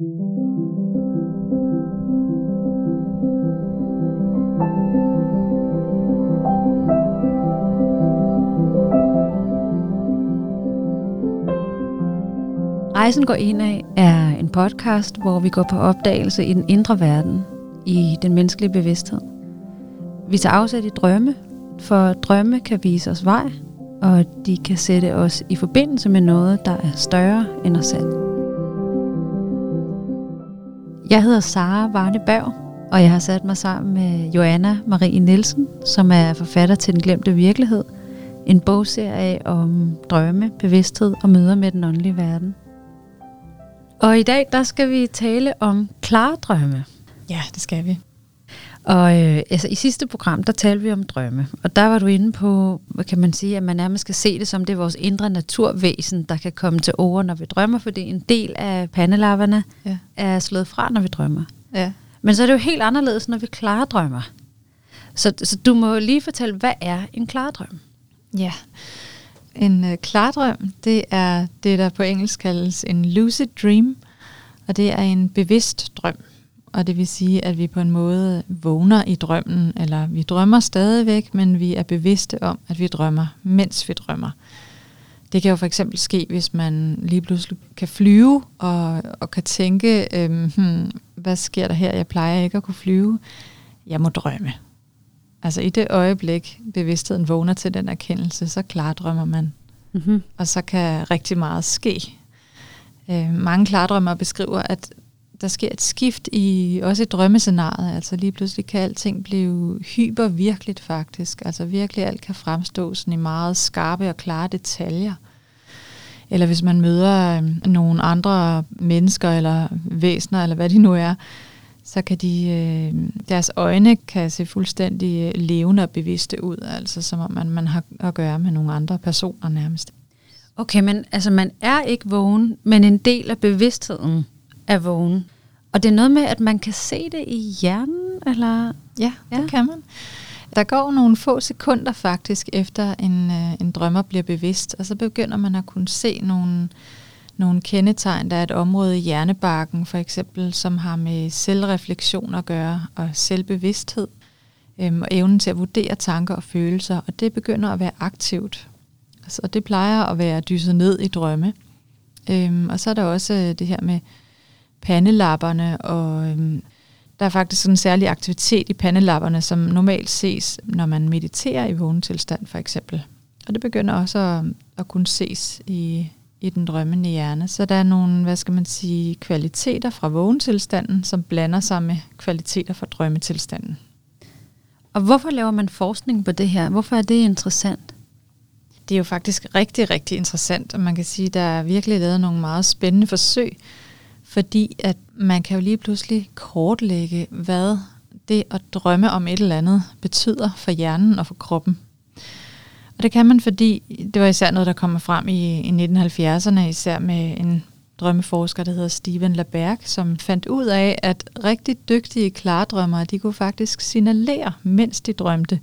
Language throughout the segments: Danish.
Rejsen går indad er en podcast, hvor vi går på opdagelse i den indre verden, i den menneskelige bevidsthed. Vi tager afsæt i drømme, for drømme kan vise os vej, og de kan sætte os i forbindelse med noget, der er større end os selv. Jeg hedder Sara Varne Berg, og jeg har sat mig sammen med Joanna Marie Nielsen, som er forfatter til Den Glemte Virkelighed, en bogserie om drømme, bevidsthed og møder med den åndelige verden. Og i dag, der skal vi tale om klare drømme. Ja, det skal vi. Og i sidste program, der talte vi om drømme. Og der var du inde på, hvad kan man sige, at man nærmest skal se det som det er vores indre naturvæsen, der kan komme til ord, når vi drømmer, fordi en del af pandelapperne er slået fra, når vi drømmer. Ja. Men så er det jo helt anderledes, når vi klare drømmer. Så du må lige fortælle, hvad er en klare drøm? Ja, en klardrøm, det er det, der på engelsk kaldes en lucid dream, og det er en bevidst drøm. Og det vil sige, at vi på en måde vågner i drømmen, eller vi drømmer stadigvæk, men vi er bevidste om, at vi drømmer, mens vi drømmer. Det kan jo for eksempel ske, hvis man lige pludselig kan flyve, og kan tænke, hvad sker der her? Jeg plejer ikke at kunne flyve. Jeg må drømme. Altså i det øjeblik, bevidstheden vågner til den erkendelse, så klardrømmer man. Mm-hmm. Og så kan rigtig meget ske. Mange klardrømmere beskriver, at der sker et skift også i drømmescenariet. Altså lige pludselig kan alting blive hypervirkeligt faktisk. Altså virkelig alt kan fremstå sådan i meget skarpe og klare detaljer. Eller hvis man møder nogle andre mennesker eller væsener, eller hvad de nu er, så kan deres øjne kan se fuldstændig levende og bevidste ud, altså som om man har at gøre med nogle andre personer nærmest. Okay, men altså man er ikke vågen, men en del af bevidstheden er vågen. Og det er noget med, at man kan se det i hjernen, eller? Ja, det kan man. Der går nogle få sekunder faktisk, efter en drømmer bliver bevidst, og så begynder man at kunne se nogle kendetegn. Der er et område i hjernebarken, for eksempel, som har med selvreflektion at gøre, og selvbevidsthed, og evnen til at vurdere tanker og følelser, og det begynder at være aktivt. Og det plejer at være dysset ned i drømme. Og så er der også det her med pandelapperne, og der er faktisk en særlig aktivitet i pandelapperne, som normalt ses, når man mediterer i vågen tilstand, for eksempel. Og det begynder også at kunne ses i den drømmende hjerne. Så der er nogle, kvaliteter fra vågentilstanden, som blander sig med kvaliteter fra drømmetilstanden. Og hvorfor laver man forskning på det her? Hvorfor er det interessant? Det er jo faktisk rigtig, rigtig interessant, og man kan sige, at der er virkelig lavet nogle meget spændende forsøg, fordi at man kan jo lige pludselig kortlægge, hvad det at drømme om et eller andet betyder for hjernen og for kroppen. Og det kan man, fordi det var især noget, der kommer frem i 1970'erne, især med en drømmeforsker, der hedder Steven LaBerge, som fandt ud af, at rigtig dygtige klardrømmere, de kunne faktisk signalere, mens de drømte.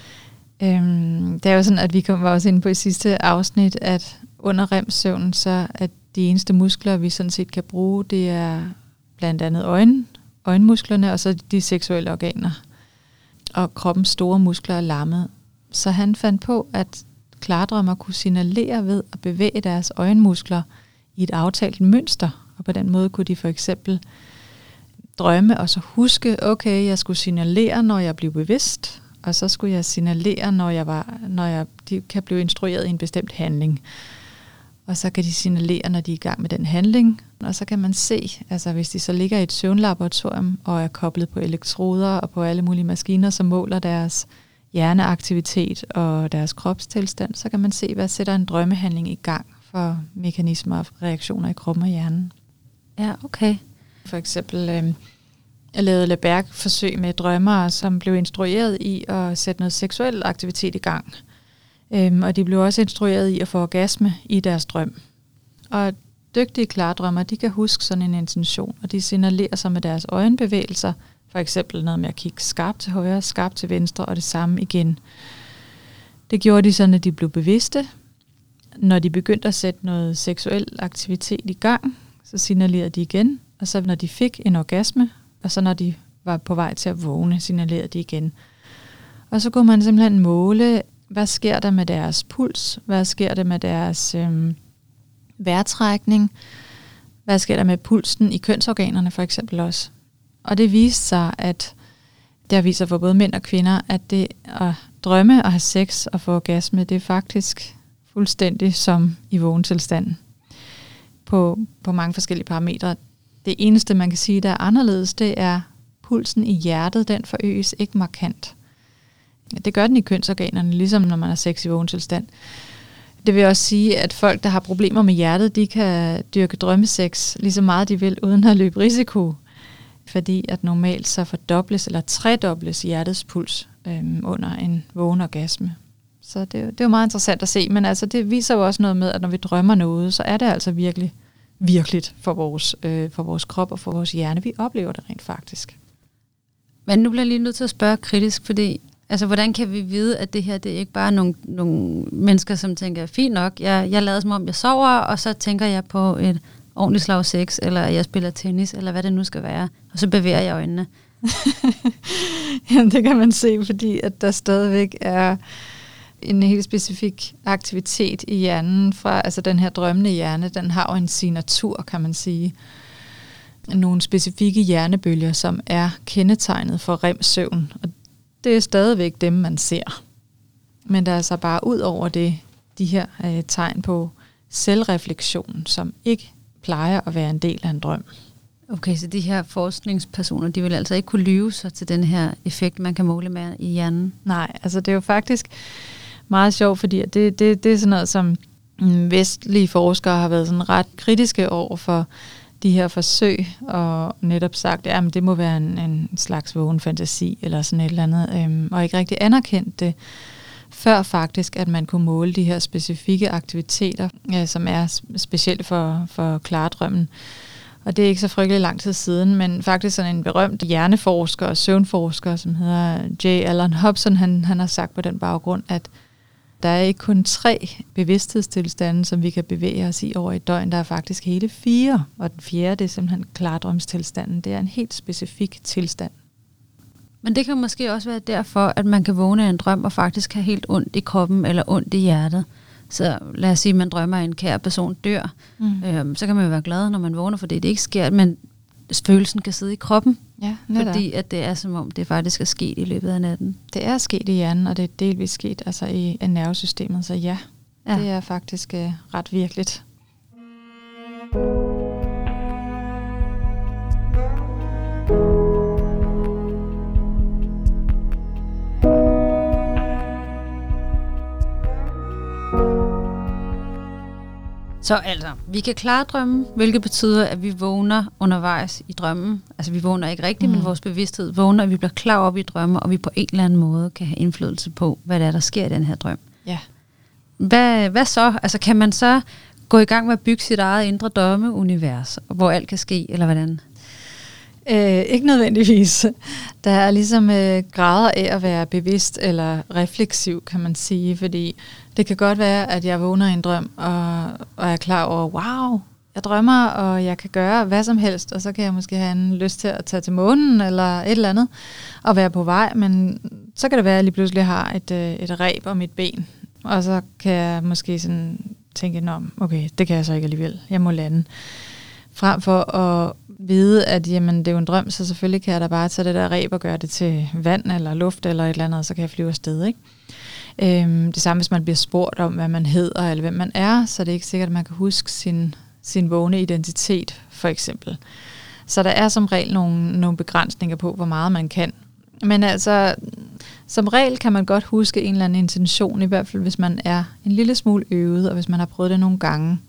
Det er jo sådan, at vi var også inde på i sidste afsnit, at under REM-søvnen, så at de eneste muskler, vi sådan set kan bruge, det er blandt andet øjenmusklerne, og så de seksuelle organer. Og kroppens store muskler er lammet. Så han fandt på, at klardrømmer kunne signalere ved at bevæge deres øjenmuskler i et aftalt mønster. Og på den måde kunne de for eksempel drømme og så huske, okay, jeg skulle signalere, når jeg blev bevidst, og så skulle jeg signalere, når de kan blive instrueret i en bestemt handling. Og så kan de signalere, når de er i gang med den handling. Og så kan man se, altså hvis de så ligger i et søvnlaboratorium og er koblet på elektroder og på alle mulige maskiner, som måler deres hjerneaktivitet og deres kropstilstand, så kan man se, hvad sætter en drømmehandling i gang for mekanismer og reaktioner i kroppen og hjernen. Ja, okay. For eksempel lavede LaBerge forsøg med drømmere, som blev instrueret i at sætte noget seksuel aktivitet i gang. Og de blev også instrueret i at få orgasme i deres drøm. Og dygtige klardrømmer, de kan huske sådan en intention, og de signalerer sig med deres øjenbevægelser, for eksempel noget med at kigge skarpt til højre, skarpt til venstre, og det samme igen. Det gjorde de sådan, at de blev bevidste. Når de begyndte at sætte noget seksuel aktivitet i gang, så signalerede de igen, og så når de fik en orgasme, og så når de var på vej til at vågne, signalerede de igen. Og så kunne man simpelthen måle, hvad sker der med deres puls, hvad sker der med deres vejrtrækning, hvad sker der med pulsen i kønsorganerne for eksempel også. Og det viste sig, at det har vist sig for både mænd og kvinder, at det at drømme og have sex og få orgasme, det er faktisk fuldstændig som i vågentilstanden på mange forskellige parametre. Det eneste, man kan sige, der er anderledes, det er pulsen i hjertet, den forøges ikke markant. Det gør den i kønsorganerne, ligesom når man har sex i vågentilstand. Det vil også sige, at folk, der har problemer med hjertet, de kan dyrke drømmesex lige så meget de vil, uden at løbe risiko. Fordi at normalt så fordobles eller tredobles hjertets puls under en vågen orgasme. Så det er jo meget interessant at se, men altså det viser jo også noget med, at når vi drømmer noget, så er det altså virkelig virkeligt for vores krop og for vores hjerne. Vi oplever det rent faktisk. Men nu bliver jeg lige nødt til at spørge kritisk, fordi altså, hvordan kan vi vide, at det her det er ikke bare nogle mennesker, som tænker, fint nok, jeg lader som om jeg sover, og så tænker jeg på et ordentligt slag sex, eller jeg spiller tennis, eller hvad det nu skal være, og så bevæger jeg øjnene. Jamen, det kan man se, fordi at der stadigvæk er en helt specifik aktivitet i hjernen fra, altså den her drømmende hjerne, den har jo en signatur, kan man sige. Nogle specifikke hjernebølger, som er kendetegnet for REM-søvn, og det er stadigvæk dem, man ser. Men der er så bare ud over det, de her tegn på selvreflektion, som ikke plejer at være en del af en drøm. Okay, så de her forskningspersoner, de vil altså ikke kunne lyve sig til den her effekt, man kan måle med i hjernen? Nej, altså det er jo faktisk meget sjovt, fordi det er sådan noget, som vestlige forskere har været sådan ret kritiske over for de her forsøg, og netop sagt, at det må være en slags vågen fantasi, eller sådan et eller andet, og ikke rigtig anerkendt det, før faktisk, at man kunne måle de her specifikke aktiviteter, som er specielt for klardrømmen. Og det er ikke så frygtelig lang tid siden, men faktisk sådan en berømt hjerneforsker og søvnforsker, som hedder J. Allen Hobson, han har sagt på den baggrund, at der er ikke kun 3 bevidsthedstilstande, som vi kan bevæge os i over et døgn. Der er faktisk hele 4, og den 4. det er simpelthen klardrømstilstanden. Det er en helt specifik tilstand. Men det kan måske også være derfor, at man kan vågne af en drøm og faktisk have helt ondt i kroppen eller ondt i hjertet. Så lad os sige, at man drømmer, at en kær person dør. Så kan man jo være glad, når man vågner, fordi det ikke sker, men følelsen kan sidde i kroppen. Ja, fordi at det er som om, det faktisk er sket i løbet af natten. Det er sket i hjernen, og det er delvis sket altså i nervesystemet, så ja, det er faktisk ret virkeligt. Så altså, vi kan klardrømme, hvilket betyder, at vi vågner undervejs i drømmen. Altså, vi vågner ikke rigtigt, men vores bevidsthed vågner, og vi bliver klar op i drømme, og vi på en eller anden måde kan have indflydelse på, hvad der sker i den her drøm. Ja. Hvad så? Altså, kan man så gå i gang med at bygge sit eget indre drømmeunivers, hvor alt kan ske, eller hvordan? Ikke nødvendigvis. Der er ligesom grader af at være bevidst eller refleksiv, kan man sige, fordi det kan godt være, at jeg vågner i en drøm og er klar over, wow, jeg drømmer, og jeg kan gøre hvad som helst, og så kan jeg måske have en lyst til at tage til månen eller et eller andet, og være på vej, men så kan det være, at jeg lige pludselig har et reb om mit ben, og så kan jeg måske sådan tænke, okay, det kan jeg så ikke alligevel, jeg må lande. Frem for at vide, at jamen, det er jo en drøm, så selvfølgelig kan jeg da bare tage det der reb og gøre det til vand eller luft eller et eller andet, og så kan jeg flyve afsted, ikke? Det samme, hvis man bliver spurgt om, hvad man hedder eller hvem man er, så er det ikke sikkert, at man kan huske sin vågne identitet, for eksempel. Så der er som regel nogle begrænsninger på, hvor meget man kan. Men altså, som regel kan man godt huske en eller anden intention, i hvert fald hvis man er en lille smule øvet, og hvis man har prøvet det nogle gange.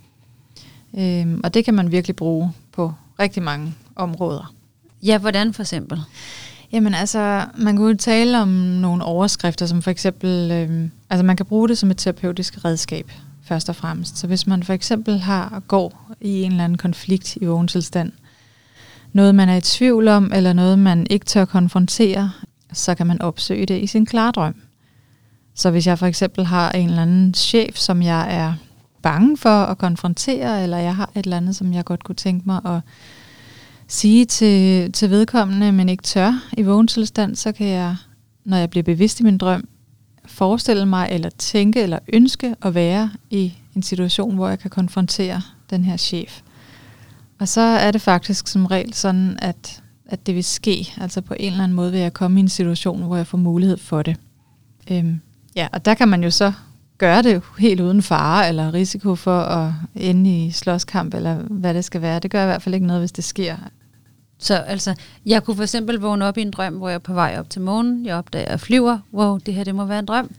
Og det kan man virkelig bruge på rigtig mange områder. Ja, hvordan for eksempel? Jamen altså, man kan jo tale om nogle overskrifter, som for eksempel, altså man kan bruge det som et terapeutisk redskab, først og fremmest. Så hvis man for eksempel går i en eller anden konflikt i vågentilstand, noget man er i tvivl om, eller noget man ikke tør konfrontere, så kan man opsøge det i sin klardrøm. Så hvis jeg for eksempel har en eller anden chef, som jeg er bange for at konfrontere, eller jeg har et eller andet, som jeg godt kunne tænke mig at sige til vedkommende, men ikke tør i vågentilstand, så kan jeg, når jeg bliver bevidst i min drøm, forestille mig, eller tænke, eller ønske at være i en situation, hvor jeg kan konfrontere den her chef. Og så er det faktisk som regel sådan, at det vil ske. Altså på en eller anden måde vil jeg komme i en situation, hvor jeg får mulighed for det. Og der kan man jo så gøre det helt uden fare, eller risiko for at ende i slåskamp, eller hvad det skal være. Det gør i hvert fald ikke noget, hvis det sker. Så altså, jeg kunne for eksempel vågne op i en drøm, hvor jeg er på vej op til månen. Jeg opdager, at jeg flyver. Wow, det her, det må være en drøm.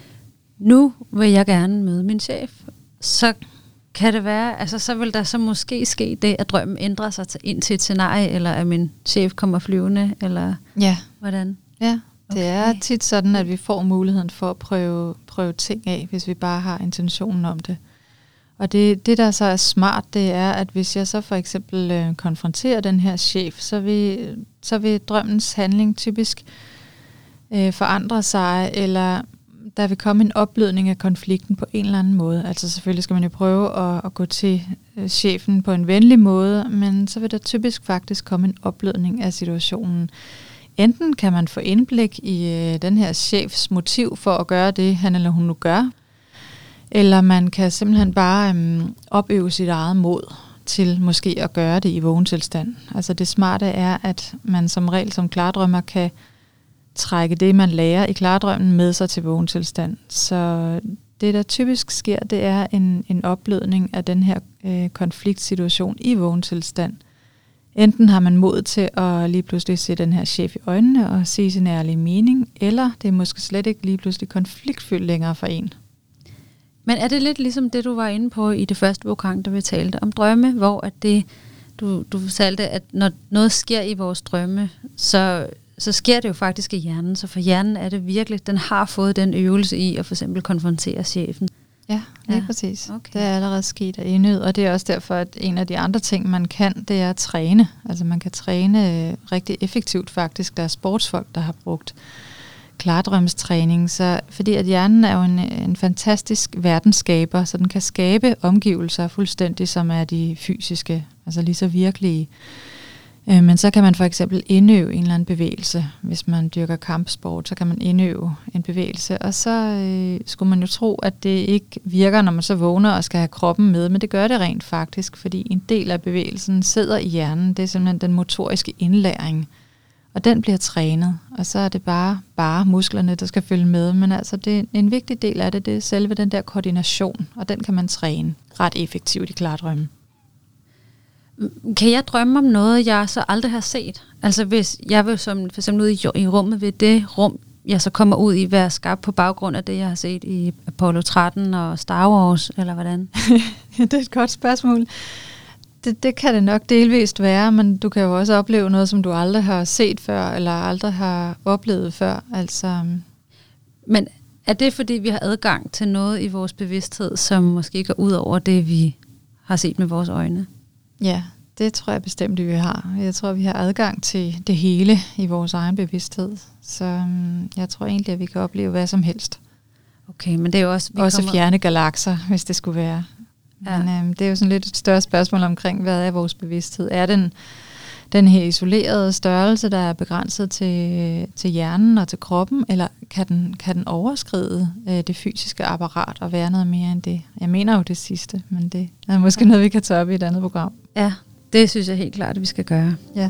Nu vil jeg gerne møde min chef. Så kan det være, altså så vil der så måske ske det, at drømmen ændrer sig ind til et scenarie, eller at min chef kommer flyvende, eller hvordan? Ja, det er tit sådan, at vi får muligheden for at prøve ting af, hvis vi bare har intentionen om det. Og det der så er smart, det er, at hvis jeg så for eksempel konfronterer den her chef, så vil drømmens handling typisk forandre sig, eller der vil komme en opblødning af konflikten på en eller anden måde. Altså selvfølgelig skal man jo prøve at gå til chefen på en venlig måde, men så vil der typisk faktisk komme en opblødning af situationen. Enten kan man få indblik i den her chefs motiv for at gøre det, han eller hun nu gør, eller man kan simpelthen bare opøve sit eget mod til måske at gøre det i vågentilstand. Altså det smarte er, at man som regel som klardrømmer kan trække det, man lærer i klardrømmen med sig til vågentilstand. Så det, der typisk sker, det er en opblødning af den her konfliktsituation i vågentilstand. Enten har man mod til at lige pludselig se den her chef i øjnene og sige sin ærlige mening, eller det er måske slet ikke lige pludselig konfliktfyldt længere for en. Men er det lidt ligesom det, du var inde på i det første program, da vi talte om drømme, hvor at det, du fortalte, at når noget sker i vores drømme, så sker det jo faktisk i hjernen. Så for hjernen er det virkelig, den har fået den øvelse i at for eksempel konfrontere chefen. Ja, lige præcis. Okay. Det er allerede sket af indød, og det er også derfor, at en af de andre ting, man kan, det er at træne. Altså man kan træne rigtig effektivt faktisk. Der er sportsfolk, der har brugt klardrømstræning, så fordi at hjernen er jo en fantastisk verdensskaber, så den kan skabe omgivelser fuldstændig, som er de fysiske, altså lige så virkelige. Men så kan man for eksempel indøve en eller anden bevægelse. Hvis man dyrker kampsport, så kan man indøve en bevægelse, og så skulle man jo tro, at det ikke virker, når man så vågner og skal have kroppen med, men det gør det rent faktisk, fordi en del af bevægelsen sidder i hjernen. Det er simpelthen den motoriske indlæring, og den bliver trænet, og så er det bare musklerne, der skal følge med. Men altså en vigtig del af det er selve den der koordination, og den kan man træne ret effektivt i klardrømme. Kan jeg drømme om noget, jeg så aldrig har set? Altså hvis jeg vil som for eksempel ude i rummet, ved det rum, jeg så kommer ud i, være skabt på baggrund af det, jeg har set i Apollo 13 og Star Wars, eller hvordan? Det er et godt spørgsmål. Det kan det nok delvist være, men du kan jo også opleve noget, som du aldrig har set før, eller aldrig har oplevet før. Altså. Men er det, fordi vi har adgang til noget i vores bevidsthed, som måske går ud over det, vi har set med vores øjne? Ja, det tror jeg bestemt, vi har. Jeg tror, vi har adgang til det hele i vores egen bevidsthed. Så jeg tror egentlig, at vi kan opleve hvad som helst. Okay, men det er jo også... Også fjerne galakser, hvis det skulle være. Ja. Men det er jo sådan lidt et større spørgsmål omkring, hvad er vores bevidsthed? Er den her isolerede størrelse, der er begrænset til hjernen og til kroppen, eller kan den overskride det fysiske apparat og være noget mere end det? Jeg mener jo det sidste, men det er måske noget, vi kan tage op i et andet program. Ja, det synes jeg helt klart, at vi skal gøre. Ja.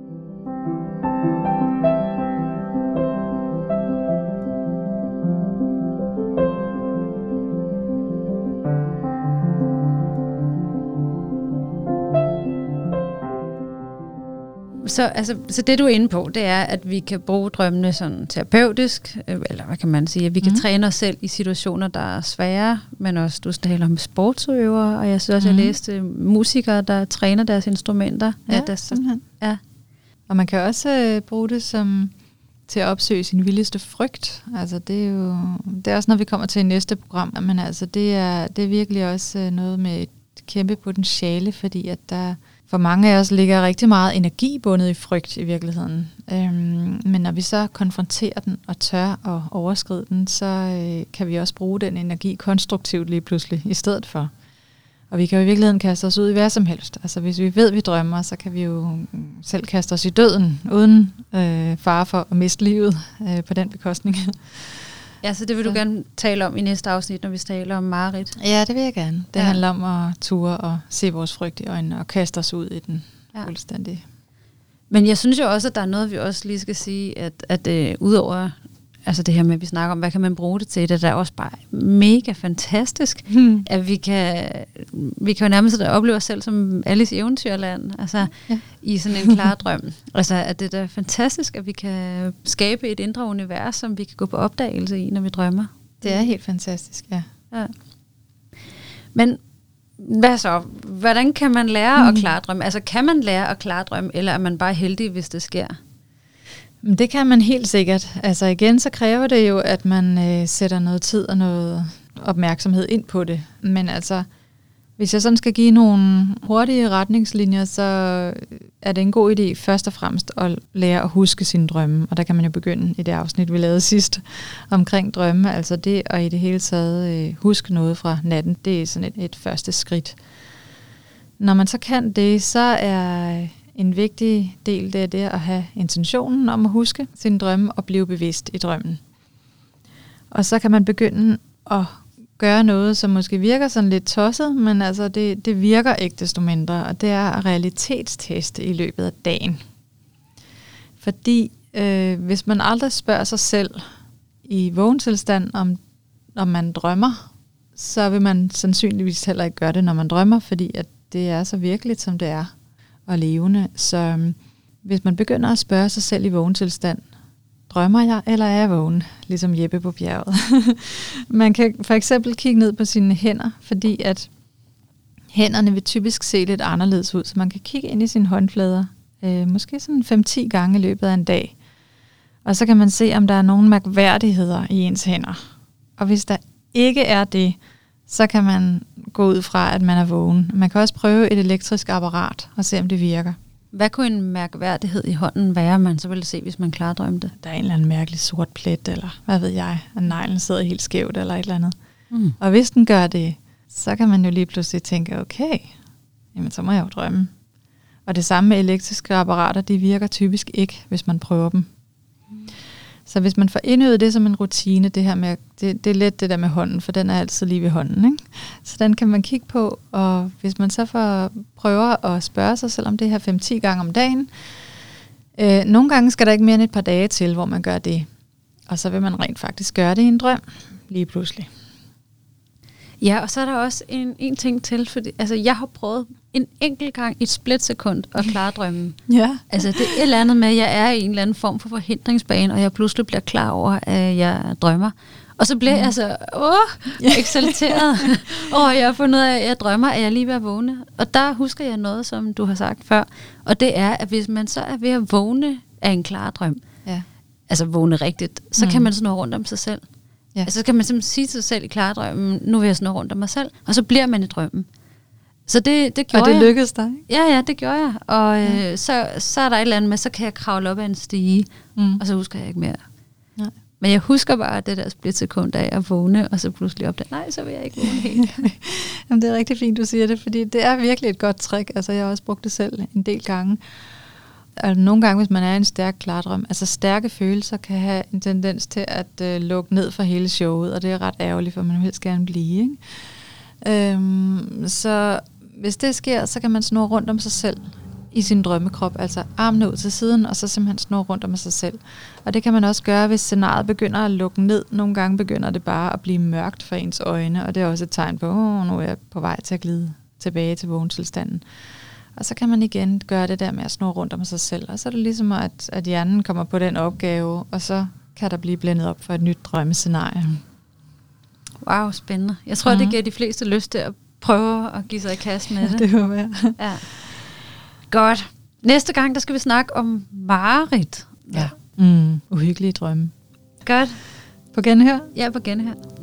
Så det, du er inde på, det er, at vi kan bruge drømmene sådan terapeutisk, eller hvad kan man sige, at vi kan træne os selv i situationer, der er svære, men også, du taler om sportsøvere, og jeg synes også, jeg læste musikere, der træner deres instrumenter. Ja, simpelthen. Ja. Og man kan også bruge det til at opsøge sin vildeste frygt. Altså det er også, når vi kommer til i næste program, men altså det er virkelig også noget med et kæmpe potentiale, fordi at der for mange af os ligger rigtig meget energi bundet i frygt i virkeligheden. Men når vi så konfronterer den og tør at overskride den, så kan vi også bruge den energi konstruktivt lige pludselig i stedet for. Og vi kan jo i virkeligheden kaste os ud i hvad som helst. Altså hvis vi ved, vi drømmer, så kan vi jo selv kaste os i døden, uden fare for at miste livet på den bekostning. Ja, så det vil du gerne tale om i næste afsnit, når vi taler om mareridt. Ja, det vil jeg gerne. Det handler om at ture og se vores frygt i øjnene og kaste os ud i den fuldstændig. Men jeg synes jo også, at der er noget, vi også lige skal sige, at udover altså det her med, at vi snakker om, hvad kan man bruge det til, det er også bare mega fantastisk, at vi kan jo nærmest opleve os selv som Alice i Eventyrland, altså i sådan en klar drøm. Altså at det er da fantastisk, at vi kan skabe et indre univers, som vi kan gå på opdagelse i, når vi drømmer. Det er helt fantastisk, ja. Men hvad så? Hvordan kan man lære at klardrømme? Altså kan man lære at klardrømme, eller er man bare heldig, hvis det sker? Det kan man helt sikkert. Altså igen, så kræver det jo, at man sætter noget tid og noget opmærksomhed ind på det. Men altså, hvis jeg sådan skal give nogle hurtige retningslinjer, så er det en god idé først og fremmest at lære at huske sine drømme. Og der kan man jo begynde i det afsnit, vi lavede sidst omkring drømme. Altså det at i det hele taget huske noget fra natten, det er sådan et første skridt. Når man så kan det, så er en vigtig del, det er det at have intentionen om at huske sine drømme og blive bevidst i drømmen. Og så kan man begynde at gøre noget, som måske virker sådan lidt tosset, men altså det virker ikke desto mindre, og det er at realitetsteste i løbet af dagen. Fordi hvis man aldrig spørger sig selv i vågentilstand, om man drømmer, så vil man sandsynligvis heller ikke gøre det, når man drømmer, fordi at det er så virkeligt, som det er, og levende. Så hvis man begynder at spørge sig selv i vågentilstand, drømmer jeg, eller er jeg vågen? Ligesom Jeppe på bjerget. Man kan for eksempel kigge ned på sine hænder, fordi at hænderne vil typisk se lidt anderledes ud, så man kan kigge ind i sine håndflader, måske sådan 5-10 gange i løbet af en dag. Og så kan man se, om der er nogle mærkværdigheder i ens hænder. Og hvis der ikke er det, så kan man gå ud fra, at man er vågen. Man kan også prøve et elektrisk apparat og se, om det virker. Hvad kunne en mærkværdighed i hånden være, man så ville se, hvis man klardrømte? Der er en eller anden mærkelig sort plet, eller hvad ved jeg, at neglen sidder helt skævt, eller et eller andet. Og hvis den gør det, så kan man jo lige pludselig tænke, okay, jamen så må jeg jo drømme. Og det samme med elektriske apparater, de virker typisk ikke, hvis man prøver dem. Så hvis man får indøvet det som en rutine, det her med, det er let det der med hånden, for den er altid lige ved hånden, ikke? Så den kan man kigge på, og hvis man så prøver at spørge sig selv om det her 5-10 gange om dagen, nogle gange skal der ikke mere end et par dage til, hvor man gør det. Og så vil man rent faktisk gøre det i en drøm, lige pludselig. Ja, og så er der også en ting til, fordi altså, jeg har prøvet en enkelt gang i et splitsekund at klardrømme. Ja. Altså det er et eller andet med, at jeg er i en eller anden form for forhindringsbane, og jeg pludselig bliver klar over, at jeg drømmer. Og så bliver jeg så eksalteret over, at jeg har fundet ud af, at jeg drømmer, at jeg lige ved at vågne. Og der husker jeg noget, som du har sagt før, og det er, at hvis man så er ved at vågne af en klar drøm, altså vågne rigtigt, så kan man snurre rundt om sig selv. Ja. Altså, så kan man simpelthen sige til sig selv i klardrømmen, nu vil jeg snurre rundt om mig selv, og så bliver man i drømmen. Så det gjorde jeg. Og det lykkedes dig? Ja, det gjorde jeg. Og så er der et eller andet med, så kan jeg kravle op ad en stige, og så husker jeg ikke mere. Nej. Men jeg husker bare det der splitsekund af at vågne, og så pludselig opdage, nej, så vil jeg ikke vågne helt. Jamen, det er rigtig fint, du siger det, fordi det er virkelig et godt trick. Altså, jeg har også brugt det selv en del gange. Og nogle gange, hvis man er i en stærk klardrøm, altså stærke følelser kan have en tendens til at lukke ned for hele showet, og det er ret ærgerligt, for man vil helst gerne blive, ikke? Så hvis det sker, så kan man snurre rundt om sig selv i sin drømmekrop, altså armene ud til siden, og så simpelthen snurre rundt om sig selv. Og det kan man også gøre, hvis scenariet begynder at lukke ned. Nogle gange begynder det bare at blive mørkt for ens øjne, og det er også et tegn på, nu er jeg på vej til at glide tilbage til vågentilstanden. Og så kan man igen gøre det der med at snurre rundt om sig selv. Og så er det ligesom, at hjernen kommer på den opgave, og så kan der blive blændet op for et nyt drømmescenarie. Wow, spændende. Jeg tror, det giver de fleste lyst til at prøve at give sig i kast med det. Det håber jeg. Ja. Godt. Næste gang, der skal vi snakke om mareridt. Ja. Uhyggelige drømme. Godt. På genhør? Ja, på genhør.